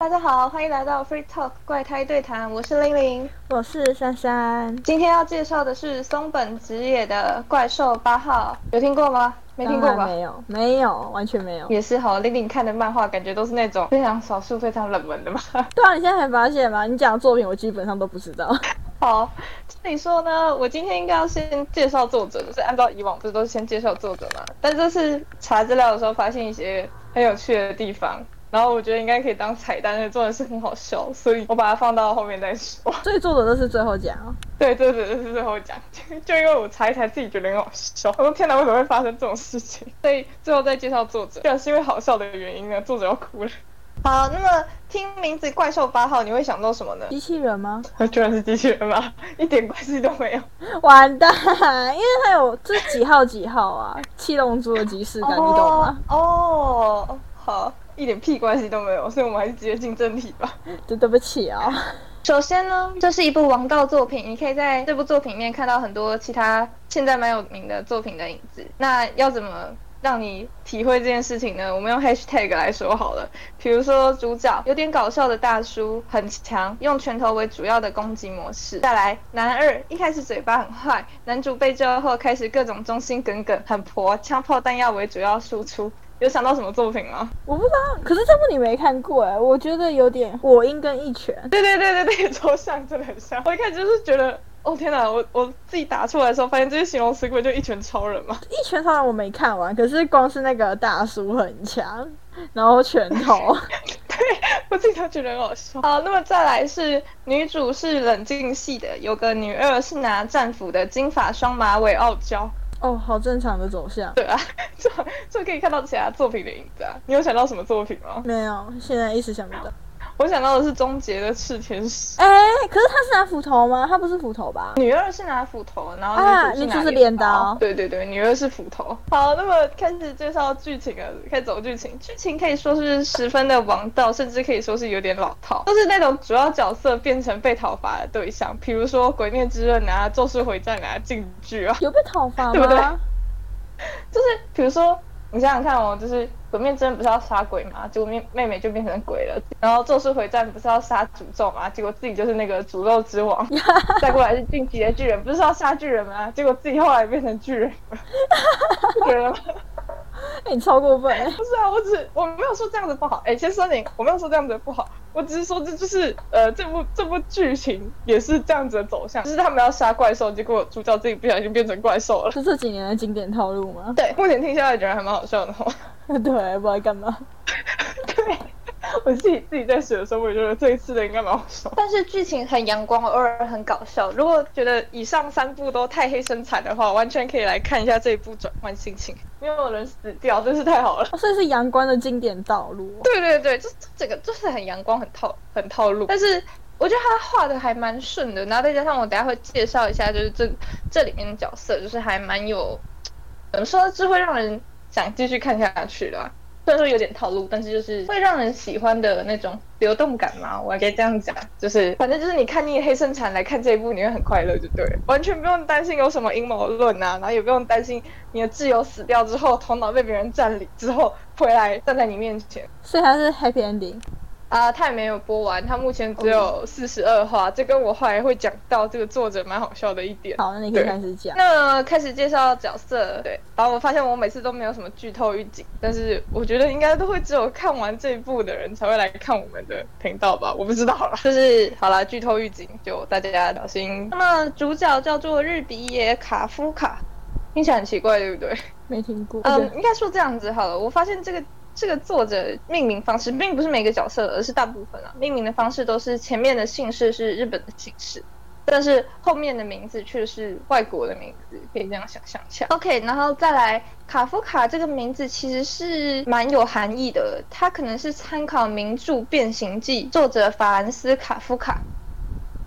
大家好，欢迎来到 Free Talk 怪胎对谈，我是玲玲， 我是珊珊。 今天要介绍的是松本直野的《怪兽8号》，有听过吗？没听当过吧？ 然没有，没有，完全没有。 也是好，玲玲看的漫画感觉都是那种非常少数、非常冷门的嘛。 对啊，你现在才发现吗？你讲的作品我基本上都不知道。 好，这里说呢，我今天应该要先介绍作者，就是按照以往不是都是先介绍作者嘛？但这次查资料的时候发现一些很有趣的地方，然后我觉得应该可以当彩蛋，真的是很好笑，所以我把它放到后面再说。 所以作者都是最后讲哦。 对，这是最后讲，就因为我查一查自己觉得很好笑，我说天哪，为什么会发生这种事情？所以最后再介绍作者，居然是因为好笑的原因呢，作者要哭了。好，那么听名字怪兽8号，你会想到什么呢？ 机器人吗？ 居然是机器人吗？一点关系都没有。 完蛋，因为它有这几号几号啊？七龙珠的即视感，你懂吗？ 哦，好，一点屁关系都没有，所以我们还是直接进正题吧。 对不起啊。 首先呢，这是一部王道作品，你可以在这部作品里面看到很多其他现在蛮有名的作品的影子。那要怎么让你体会这件事情呢？我们用 hashtag 来说好了。比如说主角有点搞笑的大叔很强，用拳头为主要的攻击模式。再来男二一开始嘴巴很坏，男主被救后开始各种忠心耿耿，很婆，枪炮弹药为主要输出。有想到什么作品吗？ 我不知道，可是这部你没看过哎，我觉得有点我英跟一拳。 对，抽象真的很像。我一开始就是觉得，哦天哪，我自己打出来的时候，发现这些形容词根本就一拳超人嘛。 一拳超人我没看完，可是光是那个大叔很强，然后拳头。 对，我自己都觉得很好笑。好，那么再来是女主是冷静系的，有个女二是拿战斧的，金发双马尾傲娇。 哦，好正常的走向。 对啊，就可以看到其他作品的影子啊。你有想到什么作品吗？ 没有，现在一时想不到。 我想到的是终结的赤天使。 哎，可是他是拿斧头吗？他不是斧头吧？ 女二是拿斧头，然后女主是镰刀。 对，女二是斧头。好，那么开始介绍剧情了，开始走剧情。剧情可以说是十分的王道，甚至可以说是有点老套，都是那种主要角色变成被讨伐的对象，比如说《鬼灭之刃》啊，《咒术回战》啊，进剧啊。 有被讨伐吗？ 对不对？就是比如说。你想想看哦，就是鬼灭之刃不是要杀鬼嘛，结果妹妹就变成鬼了。然后咒术回战不是要杀诅咒嘛，结果自己就是那个诅咒之王。再过来是进击的巨人，不是要杀巨人吗？结果自己后来变成巨人了，不觉得吗？ 你超过分。 不是啊，我没有说这样子不好。先声明，我没有说这样子不好，我只是说这就是这部剧情也是这样子的走向，就是他们要杀怪兽，结果主角自己不小心变成怪兽了。 是这几年的经典套路吗？ 对，目前听下来觉得还蛮好笑的哦。 对，不知道干嘛。 对。我自己在写的时候，我也觉得这一次的应该蛮好笑，但是剧情很阳光，偶尔很搞笑。如果觉得以上3部都太黑生惨的话，完全可以来看一下这一部转换心情，因为有人死掉，真是太好了。 所以是阳光的经典道路。 对，这整个就是很阳光，很套路。但是我觉得他画的还蛮顺的，然后再加上我等一下会介绍一下，就是这里面的角色，就是还蛮有怎么说，是会让人想继续看下去的。虽然说有点套路，但是就是会让人喜欢的那种流动感嘛，我还可以这样讲，就是反正就是你看腻黑生产来看这一部，你会很快乐，就对了，完全不用担心有什么阴谋论啊，然后也不用担心你的挚友死掉之后，头脑被别人占领之后回来站在你面前， 所以它是 happy ending。 他也没有播完，他目前只有42话，这跟我后来会讲到这个作者蛮好笑的一点。 好，那你可以开始讲。 那开始介绍角色，对，然后我发现我每次都没有什么剧透预警，但是我觉得应该都会只有看完这一部的人才会来看我们的频道吧，我不知道啦。就是好啦，剧透预警就大家小心。那么主角叫做日比野卡夫卡，听起来很奇怪，对不对？ 没听过。 应该说这样子好了，我发现这个作者命名方式并不是每个角色，而是大部分命名的方式都是前面的姓氏是日本的姓氏，但是后面的名字却是外国的名字，可以这样想象一下。OK， 然后再来卡夫卡这个名字其实是蛮有含义的，它可能是参考名著《变形记》作者法兰斯卡夫卡。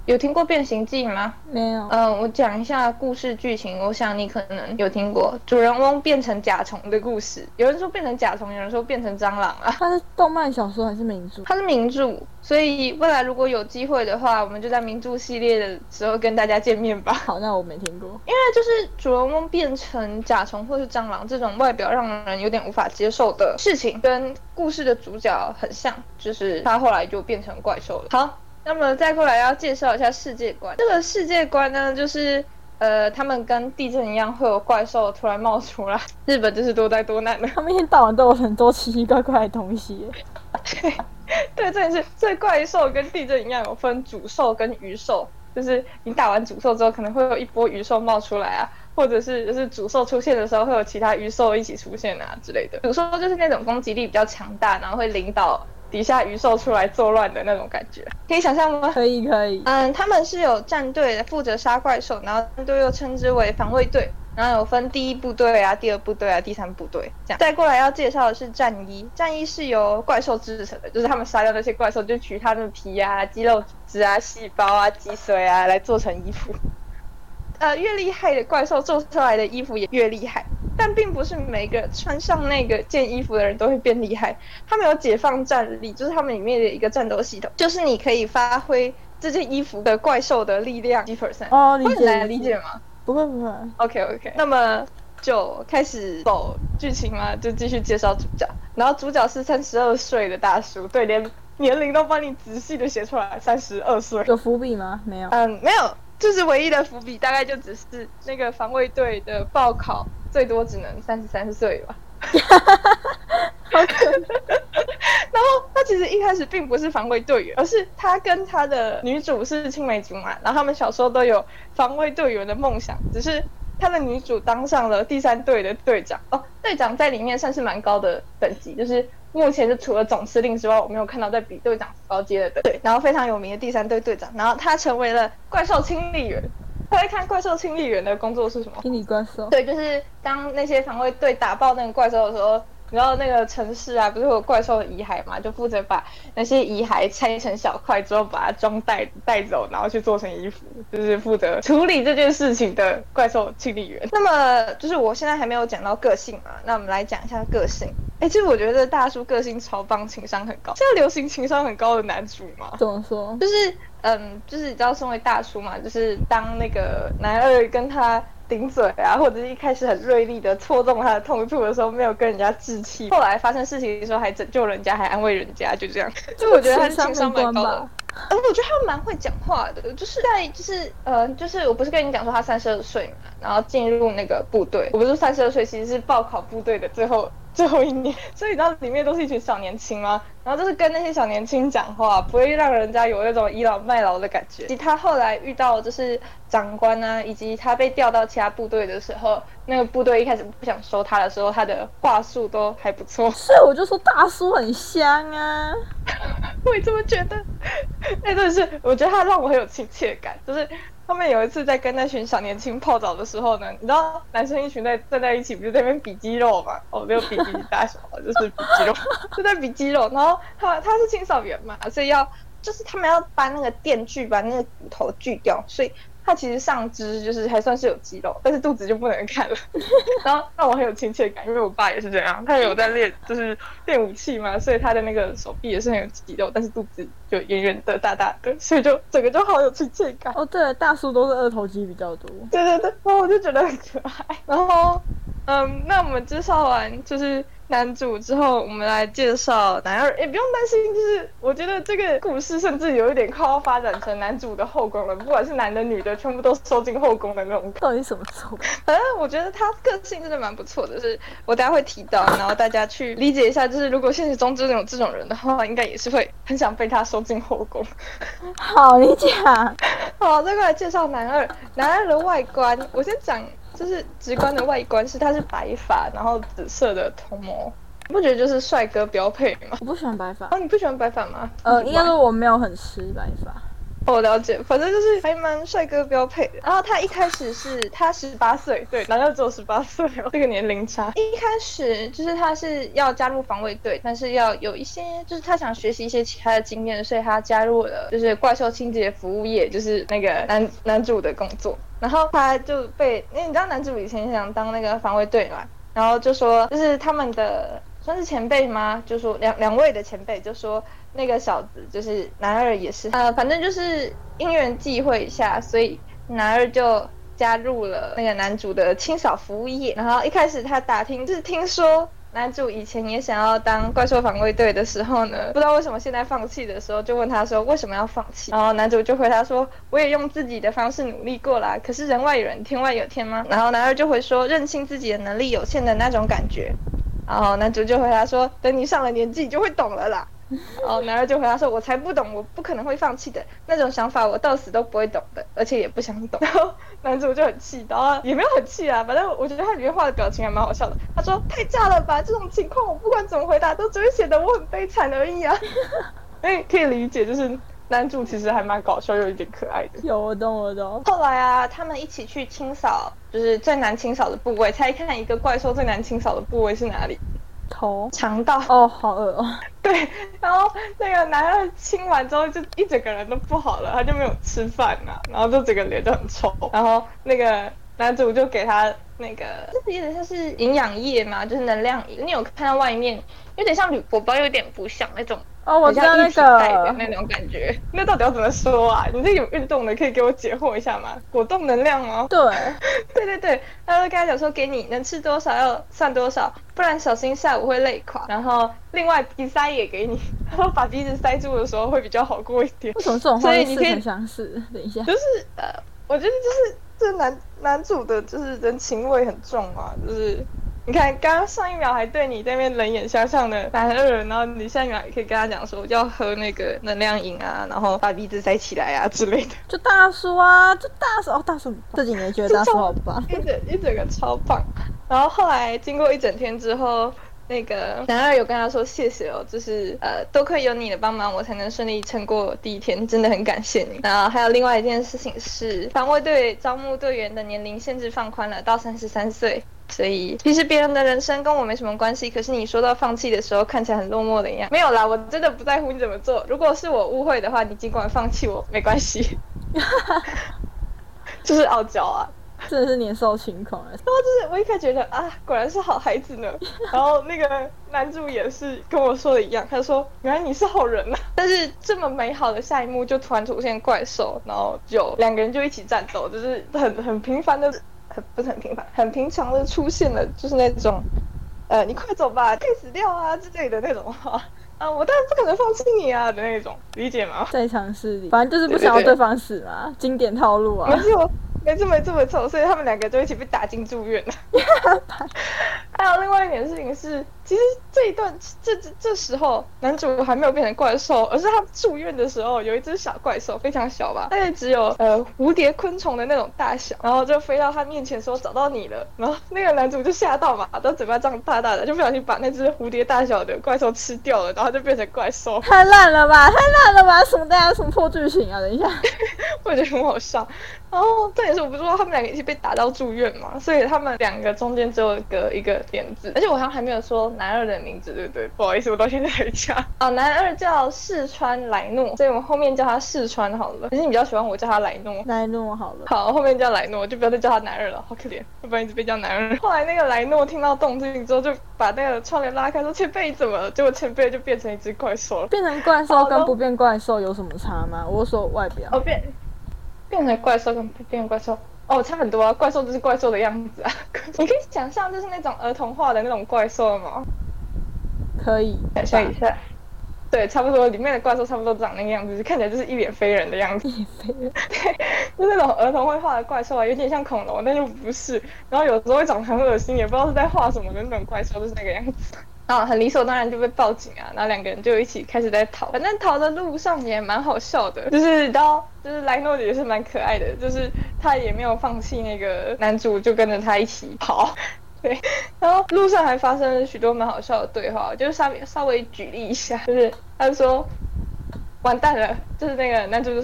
有听过《变形记》吗？ 没有。 我讲一下故事剧情，我想你可能有听过，主人翁变成甲虫的故事。有人说变成甲虫，有人说变成蟑螂啊。 它是动漫小说还是名著？ 它是名著，所以未来如果有机会的话，我们就在名著系列的时候跟大家见面吧。 好，那我没听过。 因为就是主人翁变成甲虫或是蟑螂这种外表让人有点无法接受的事情，跟故事的主角很像，就是他后来就变成怪兽了。好。那么再过来要介绍一下世界观。这个世界观呢，就是他们跟地震一样会有怪兽突然冒出来。日本就是多灾多难的， 他们一天到晚都有很多奇奇怪怪的东西。 对，这也是，所以怪兽跟地震一样有分主兽跟余兽，就是你打完主兽之后，可能会有一波余兽冒出来啊，或者是就是主兽出现的时候，会有其他余兽一起出现啊之类的。主兽就是那种攻击力比较强大，然后会领导底下鱼兽出来作乱的那种感觉，可以想象吗？ 可以。 他们是有战队的，负责杀怪兽，然后战队又称之为防卫队，然后有分第一部队啊、第二部队啊、第三部队这样。再过来要介绍的是战衣，战衣是由怪兽制成的，就是他们杀掉那些怪兽，就取它的皮啊、肌肉组织啊、细胞啊、脊髓啊来做成衣服。越厉害的怪兽做出来的衣服也越厉害，但并不是每个穿上那个件衣服的人都会变厉害。他们有解放战力，就是他们里面的一个战斗系统，就是你可以发挥这件衣服的怪兽的力量1%。 哦，理解。 会很难理解吗？ 不会。 OK， 那么就开始走剧情嘛，就继续介绍主角。然后主角是32岁的大叔，对，连年龄都帮你仔细的写出来，32岁。 有伏笔吗？没有。 没有。就是唯一的伏笔，大概就只是那个防卫队的报考最多只能33岁吧。然后他其实一开始并不是防卫队员，而是他跟他的女主是青梅竹马，然后他们小时候都有防卫队员的梦想，只是他的女主当上了第3队的队长。队长在里面算是蛮高的等级，就是目前就除了总司令之外，我没有看到在比队长高阶的。对，然后非常有名的第3队队长，然后他成为了怪兽清理员。他在看怪兽清理员的工作是什么？ 清理怪兽。 对，就是当那些防卫队打爆那个怪兽的时候，然后那个城市啊，不是会有怪兽的遗骸嘛，就负责把那些遗骸拆成小块之后，把它装带走，然后去做成衣服，就是负责处理这件事情的怪兽清理员。那么就是我现在还没有讲到个性嘛，那我们来讲一下个性。其实我觉得大叔个性超棒，情商很高。现在流行情商很高的男主吗？ 怎么说？ 就是你知道身为大叔嘛，就是当那个男二跟他顶嘴啊，或者是一开始很锐利的戳中他的痛处的时候，没有跟人家置气，后来发生事情的时候还拯救人家，还安慰人家，就这样。就我觉得他情商蛮高的。我觉得他蛮会讲话的，就是我不是跟你讲说他32岁嘛，然后进入那个部队，我不是32岁，其实是报考部队的最后一年，所以你知道里面都是一群小年轻吗？然后就是跟那些小年轻讲话，不会让人家有那种倚老卖老的感觉。以及他后来遇到就是长官啊，以及他被调到其他部队的时候，那个部队一开始不想收他的时候，他的话术都还不错。 所以我就说大叔很香啊。 我也这么觉得。真的是，我觉得他让我很有亲切感，就是他们有一次在跟那群小年轻泡澡的时候呢，你知道男生一群站在一起，不是在那边比肌肉嘛？没有比大小，就是比肌肉，就在比肌肉。然后他是清扫员嘛，所以就是他们要搬那个电锯，把那个骨头锯掉，所以他其实上肢就是还算是有肌肉，但是肚子就不能看了。然后让我很有亲切感，因为我爸也是这样，他有在就是练武器嘛，所以他的那个手臂也是很有肌肉，但是肚子就圆圆的、大大的，所以就整个就好有亲切感。 对了，大叔都是二头肌比较多。 对，然后我就觉得很可爱。然后那我们介绍完就是男主之后，我们来介绍男二。也不用担心，就是我觉得这个故事甚至有一点快要发展成男主的后宫了，不管是男的女的，全部都收进后宫的那种。 到底什么后宫？ 反正我觉得他个性真的蛮不错的，就是我等下会提到，然后大家去理解一下，就是如果现实中真的有这种人的话，应该也是会很想被他收进后宫。 好，你讲。 好，再过来介绍男二。男二的外观，我先讲。就是直观的外观他是白发，然后紫色的头毛，你不觉得就是帅哥标配吗？ 我不喜欢白发。 你不喜欢白发吗？ 应该说我没有很吃白发。 我了解，反正就是还蛮帅哥标配的。然后他一开始是他18岁，对，男二只有18岁哦，这个年龄差。一开始就是他是要加入防卫队，但是要有一些就是他想学习一些其他的经验，所以他加入了就是怪兽清洁服务业，就是那个男主的工作。然后他就被，因为你知道男主以前想当那个防卫队嘛，然后就说就是他们的算是前辈吗？就说两位的前辈就说那个小子就是男二也是，反正就是因缘际会下，所以男二就加入了那个男主的清扫服务业。然后一开始他打听就是听说男主以前也想要当怪兽防卫队的时候呢，不知道为什么现在放弃的时候，就问他说为什么要放弃，然后男主就回答说我也用自己的方式努力过啦，可是人外有人天外有天吗？然后男二就会说认清自己的能力有限的那种感觉，然后男主就回答说等你上了年纪就会懂了啦。然后男二就回答说我才不懂，我不可能会放弃的，那种想法我到死都不会懂的，而且也不想懂。然后男主就很气，然后也没有很气啊，反正我觉得他里面画的表情还蛮好笑的。他说太炸了吧，这种情况我不管怎么回答都只会显得我很悲惨而已啊。所以可以理解，就是男主其实还蛮搞笑又有一点可爱的。 有，我懂。 后来啊，他们一起去清扫，就是最难清扫的部位。猜看一个怪兽最难清扫的部位是哪里？ 头、 肠道。 哦，好饿哦。 对，然后那个男二清完之后，就一整个人都不好了，他就没有吃饭啊，然后就整个脸就很臭。然后那个男主就给他那个，这有点像是营养液嘛，就是能量饮。你有看到外面有点像铝箔包，有点不像那种。 哦，我知道那个的那种感觉，那到底要怎么说啊？你这有运动的，可以给我解惑一下吗？果冻能量吗？ 对， 对，他就跟他讲说，给你能吃多少要算多少，不然小心下午会累垮。然后另外鼻塞也给你，他说把鼻子塞住的时候会比较好过一点。 为什么这种话似曾相识？等一下， 就是我觉得就是这男主的就是人情味很重嘛，就是。你看，刚刚上一秒还对你在那边冷眼相向的男二，然后你下一秒也可以跟他讲说要喝那个能量饮啊，然后把鼻子塞起来啊之类的。 就大叔啊，就大叔哦，大叔这几年觉得大叔好棒， 一整个超棒。然后后来经过一整天之后，那个男二有跟他说谢谢哦，就是多亏有你的帮忙，我才能顺利撑过第一天，真的很感谢你。然后还有另外一件事情是，防卫队招募队员的年龄限制放宽了到33岁。所以其实别人的人生跟我没什么关系，可是你说到放弃的时候看起来很落寞的一样。没有啦，我真的不在乎你怎么做，如果是我误会的话，你尽管放弃我没关系。就是傲娇啊， 真的是年少轻狂了。 然后就是我一开始觉得啊，果然是好孩子呢。然后那个男主也是跟我说的一样，他说原来你是好人啊。但是这么美好的下一幕就突然出现怪兽，然后就两个人就一起战斗，就是很平凡的。不是很平凡，很平常的出现了，就是那种，你快走吧，可以死掉啊之类的那种话，我当然不可能放弃你啊的那种，理解吗？ 在尝试里，反正就是不想要对方死嘛，经典套路啊。 没错，所以他们两个就一起被打进住院了。还有另外一点事情是，其实这一段这时候男主还没有变成怪兽，而是他住院的时候有一只小怪兽，非常小吧，大概只有蝴蝶昆虫的那种大小，然后就飞到他面前说找到你了，然后那个男主就吓到嘛，他嘴巴张大大的，就不小心把那只蝴蝶大小的怪兽吃掉了，然后就变成怪兽。 太烂了吧，什么大家什么破剧情啊？等一下， 我觉得很好笑。然后这也是我不是说他们两个一起被打到住院嘛，所以他们两个中间只有隔一个点字，而且我好像还没有说男二的名字，对不对？不好意思，我到现在还讲。男二叫四川莱诺，所以我们后面叫他四川好了。可是你比较喜欢我叫他莱诺。 莱诺好了。 好，后面叫莱诺，就不要再叫他男二了，好可怜，要不然一直被叫男二。后来那个莱诺听到动静之后，就把那个窗帘拉开，说前辈怎么了？结果前辈就变成一只怪兽了。 变成怪兽跟不变怪兽有什么差吗？我说外表。 变成怪兽跟不变怪兽差很多啊，怪兽就是怪兽的样子啊。你可以想象就是那种儿童化的那种怪兽吗？ 可以想象一下，对，差不多里面的怪兽差不多长那个样子，看起来就是一脸非人的样子。 一脸非人。 对，就那种儿童会画的怪兽啊，有点像恐龙，但又不是。然后有时候会长得很恶心，也不知道是在画什么的那种怪兽，就是那个样子。然后很理所当然就被报警啊，然后两个人就一起开始在逃，反正逃的路上也蛮好笑的，就是莱诺也是蛮可爱的，就是他也没有放弃那个男主，就跟着他一起跑。对，然后路上还发生了许多蛮好笑的对话，就是稍微举例一下，就是他就说完蛋了，就是那个男主就说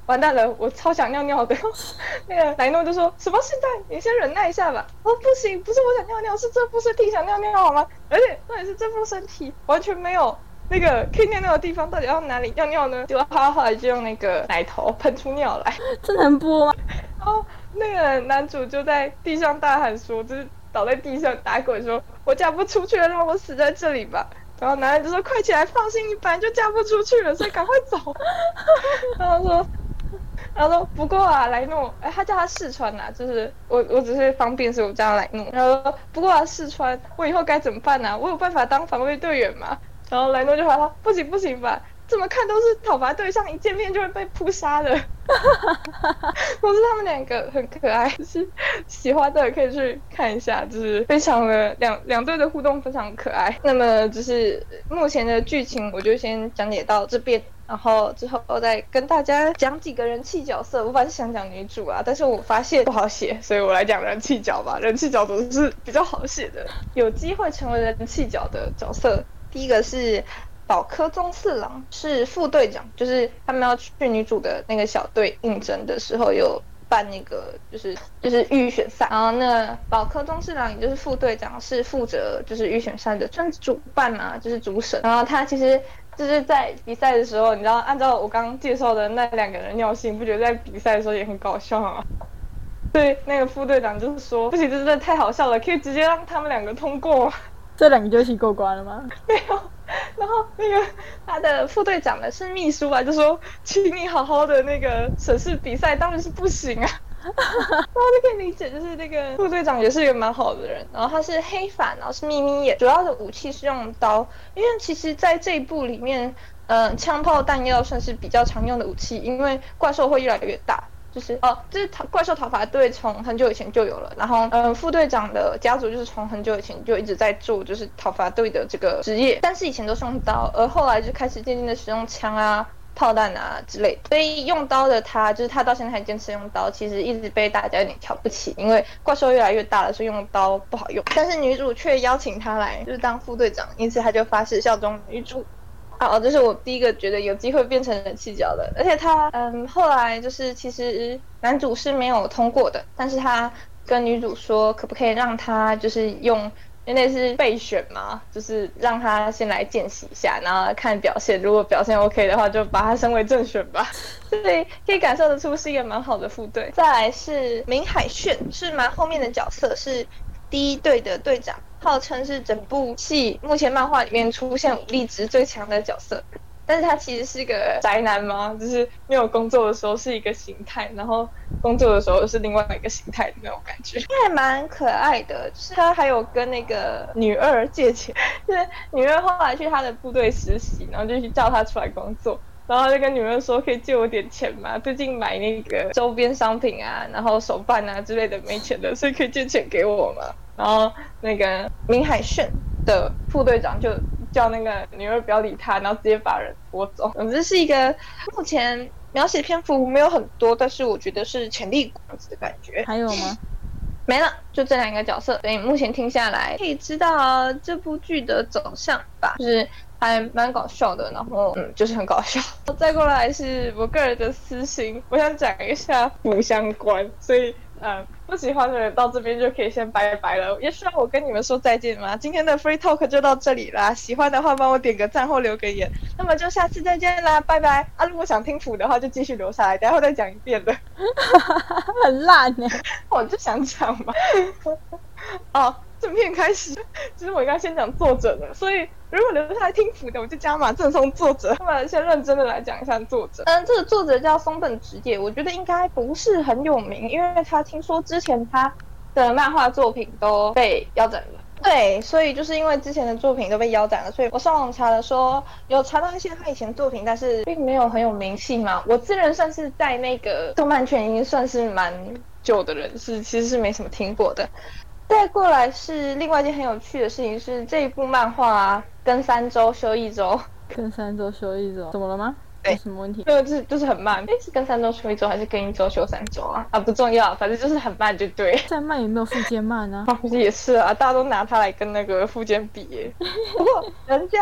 完蛋了，我超想尿尿的。那个莱诺就说什么现在你先忍耐一下吧。哦，不行，不是我想尿尿，是这副身体想尿尿好吗？而且重点是这副身体完全没有那个可以尿尿的地方，到底要哪里尿尿呢？结果他后来就用那个奶头喷出尿来。 这能播吗？ 然后那个男主就在地上大喊说，就是倒在地上打滚说，我嫁不出去了，让我死在这里吧。然后男人就说快起来，放心，你本来就嫁不出去了，所以赶快走。然后说不过啊，莱诺，他叫他试穿呐，就是我只是方便，所以我叫他莱诺。然后说不过啊，试穿，我以后该怎么办啊？我有办法当防卫队员吗？然后莱诺就回答不行不行吧，怎么看都是讨伐对象，一见面就会被扑杀的。我是他们两个很可爱，就是喜欢的可以去看一下，就是非常的两队的互动非常可爱。那么就是目前的剧情我就先讲解到这边，然后之后再跟大家讲几个人气角色。我本来是想讲女主啊，但是我发现不好写，所以我来讲人气角吧。人气角总是比较好写的，有机会成为人气角的角色。第一个是保科宗四郎，是副队长，就是他们要去女主的那个小队应征的时候有办那个就是预选赛，然后那保科宗四郎也就是副队长，是负责就是预选赛的算是主办嘛，就是主审。然后他其实就是在比赛的时候，你知道按照我刚刚介绍的那两个人尿性，不觉得在比赛的时候也很搞笑吗？对，那个副队长就是说不行，这真的太好笑了，可以直接让他们两个通过吗？ 这两个就一起过关了吗？ 没有。然后那个他的副队长呢是秘书啊，就说请你好好的那个审视比赛，当然是不行啊。然后就可以理解，就是那个副队长也是一个蛮好的人，然后他是黑发，然后是眯眯眼，主要的武器是用刀，因为其实在这一部里面，枪炮弹药算是比较常用的武器，因为怪兽会越来越大。就是怪兽讨伐队从很久以前就有了，然后副队长的家族就是从很久以前就一直在做就是讨伐队的这个职业，但是以前都是用刀，而后来就开始渐渐的使用枪啊、炮弹啊之类的，所以用刀的他，就是他到现在还坚持用刀，其实一直被大家有点瞧不起，因为怪兽越来越大了，所以用刀不好用。但是女主却邀请他来就是当副队长，因此他就发誓效忠女主。好，这是我第一个觉得有机会变成人气角的，而且他后来就是其实男主是没有通过的，但是他跟女主说可不可以让他就是用，因为那是备选嘛，就是让他先来见习一下，然后看表现，如果表现 OK 的话，就把他升为正选吧。所以可以感受得出是一个蛮好的副队。再来是明海炫，是蛮后面的角色，是第一队的队长。号称是整部戏目前漫画里面出现武力值最强的角色，但是他其实是个宅男嘛，就是没有工作的时候是一个形态，然后工作的时候是另外一个形态的那种感觉，还蛮可爱的。就是他还有跟那个女二借钱，就是女二后来去他的部队实习，然后就去叫他出来工作。然后他就跟女儿说可以借我点钱吗？最近买那个周边商品啊，然后手办啊之类的没钱的，所以可以借钱给我吗？然后那个明海炫的副队长就叫那个女儿不要理他，然后直接把人拖走。这是一个目前描写篇幅没有很多，但是我觉得是潜力股的感觉。 还有吗？ 没了，就这两个角色。所以目前听下来，可以知道这部剧的走向吧，就是还蛮搞笑的，然后就是很搞笑。再过来是我个人的私心，我想讲一下不相关，所以不喜欢的人到这边就可以先拜拜了。也需要我跟你们说再见吗？今天的 Free Talk 就到这里啦，喜欢的话帮我点个赞或留个言，那么就下次再见啦，拜拜啊！如果想听谱的话就继续留下来，等一下会再讲一遍的。 很烂呢、 我就想讲嘛。哦，正片开始，其实我应该先讲作者的，所以如果留下来听谱的，我就加码赠送作者。那么先认真的来讲一下作者。这个作者叫松本直也，我觉得应该不是很有名，因为他听说之前他的漫画作品都被腰斩了。对，所以就是因为之前的作品都被腰斩了，所以我上网查了说有查到一些他以前作品，但是并没有很有名气嘛。我自认算是在那个动漫圈已经算是蛮久的人，其实是没什么听过的。再过来是另外一件很有趣的事情，是这一部漫画啊，跟3周休1周， 跟3周休1周，怎么了吗？ 对， 有什么问题？ 就是很慢。是跟3周休1周，还是跟1周休3周啊？不重要，反正就是很慢就对。 再慢也没有富坚慢啊。 也是啊，大家都拿它来跟那个富坚比耶。不过人家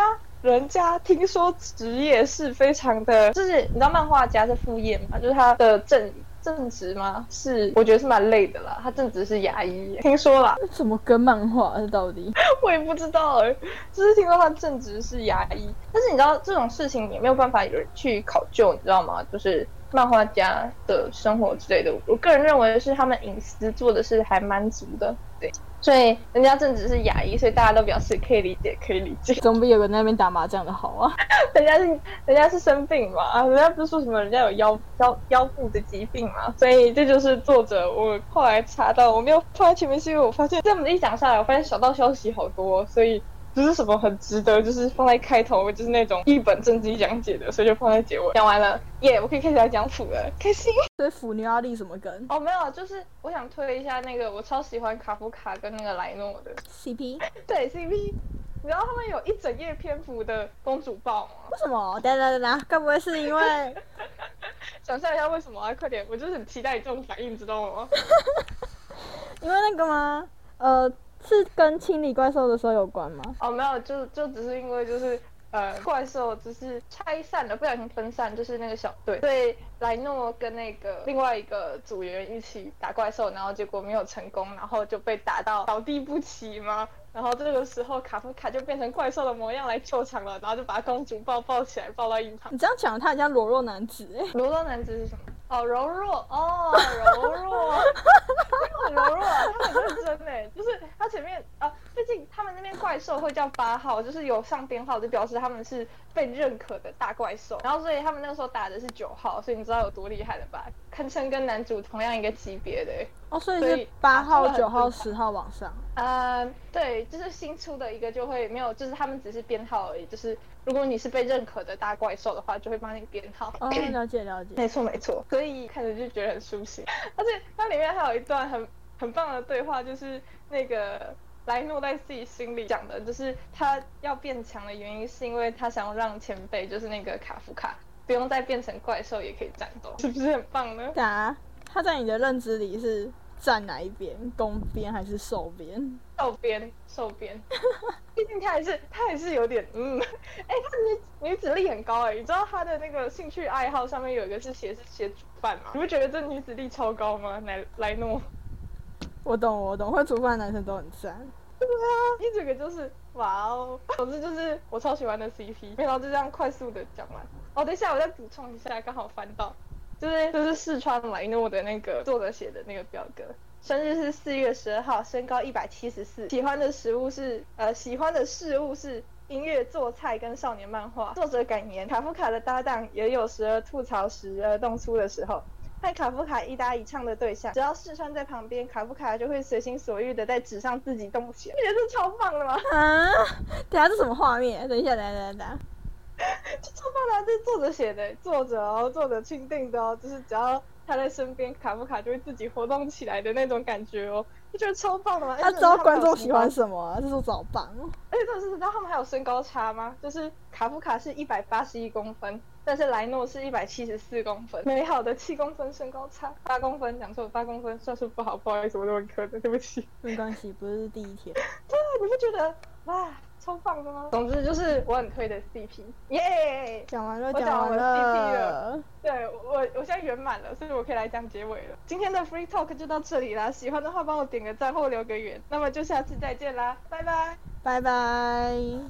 人家听说职业是非常的，就是你知道漫画家是副业嘛，就是他的正职吗？是我觉得是蛮累的啦，他正职是牙医，听说啦， 怎么跟漫画是到底？ 我也不知道哎，就是听说他正职是牙医，但是你知道这种事情也没有办法有人去考究，你知道吗？就是漫画家的生活之类的，我个人认为是他们隐私做的是还蛮足的，对。所以人家正职是牙医，所以大家都表示可以理解，可以理解。 总比有个在那边打麻将的好啊。 人家是生病嘛，人家不是说什么人家有腰部的疾病嘛，所以这就是作者我后来查到，我没有放在前面是因为我发现这么一讲下来，我发现小道消息好多，所以不是什么很值得，就是放在开头，就是那种一本正经讲解的，所以就放在结尾。讲完了，耶、我可以开始来讲腐了，开心。 所以腐女阿力什么梗哦，没有，就是我想推一下那个，我超喜欢卡夫卡跟那个莱诺的 ？CP？ 对 CP。你知道他们有一整页篇幅的公主抱吗？ 为什么？等，该不会是因为想象一下为什么啊？快点，我就是很期待你这种反应，知道吗？ 因为那个吗？是跟清理怪兽的时候有关吗？ 哦，没有，就只是因为就是怪兽就是拆散了，不小心分散，就是那个小队，所以莱诺跟那个另外一个组员一起打怪兽，然后结果没有成功，然后就被打到倒地不起嘛。然后这个时候卡夫卡就变成怪兽的模样来救场了，然后就把公主抱起来，抱到一旁。 你这样讲，他很像裸肉男子哎。 裸肉男子是什么？哦，柔弱哦，柔弱，很柔弱啊，他很认真哎，就是他前面毕竟他们那边怪兽会叫8号，就是有上编号，就表示他们是被认可的大怪兽。然后所以他们那个时候打的是9号，所以你知道有多厉害了吧？堪称跟男主同样一个级别的。 哦，所以是8号、9号、10号往上。 对，就是新出的一个就会没有，就是他们只是编号而已。就是如果你是被认可的大怪兽的话，就会帮你编号。 哦，了解。 没错，所以看着就觉得很舒心。而且它里面还有一段很棒的对话，就是那个莱诺在自己心里讲的，就是他要变强的原因是因为他想要让前辈，就是那个卡夫卡，不用再变成怪兽也可以战斗，是不是很棒呢？ 他在你的认知里是站哪一边？攻边还是受边？ 受边。毕竟他还是有点他女子力很高你知道他的那个兴趣爱好上面有一个是写煮饭吗？你不觉得这女子力超高吗？莱诺。 我懂，会煮饭的男生都很赞。 对啊，一整个就是哇哦。总之就是我超喜欢的 CP， 没想到就这样快速的讲完。哦，等一下我再补充一下，刚好翻到，就是四川莱诺的那个作者写的那个表格。生日是4月12号，身高174，喜欢的事物是音乐、做菜跟少年漫画。作者感言：卡夫卡的搭档也有时而吐槽，时而动粗的时候。和卡夫卡一搭一唱的对象，只要四川在旁边，卡夫卡就会随心所欲的在纸上自己动起来。你觉得这超棒的吗？ 等下这什么画面？等一下， 这超棒的，这是作者写的，作者钦定的哦，就是只要他在身边，卡夫卡就会自己活动起来的那种感觉哦，你觉得超棒的吗？ 他知道观众喜欢什么，这是超棒哦。 而且你知道他们还有身高差吗？就是卡夫卡是181公分，但是莱诺是174公分，美好的7公分身高差，8公分，讲错8公分，算术不好，不好意思，我都很苛的，对不起。 没关系，不是第一天。 对，你不觉得哇？超棒的吗？总之就是我很推的 CP， 耶！ 讲完了， 我讲完我的 CP 了。对，我现在圆满了，所以我可以来讲结尾了。今天的 Free Talk 就到这里啦，喜欢的话帮我点个赞或留个言，那么就下次再见啦，拜拜， 拜拜。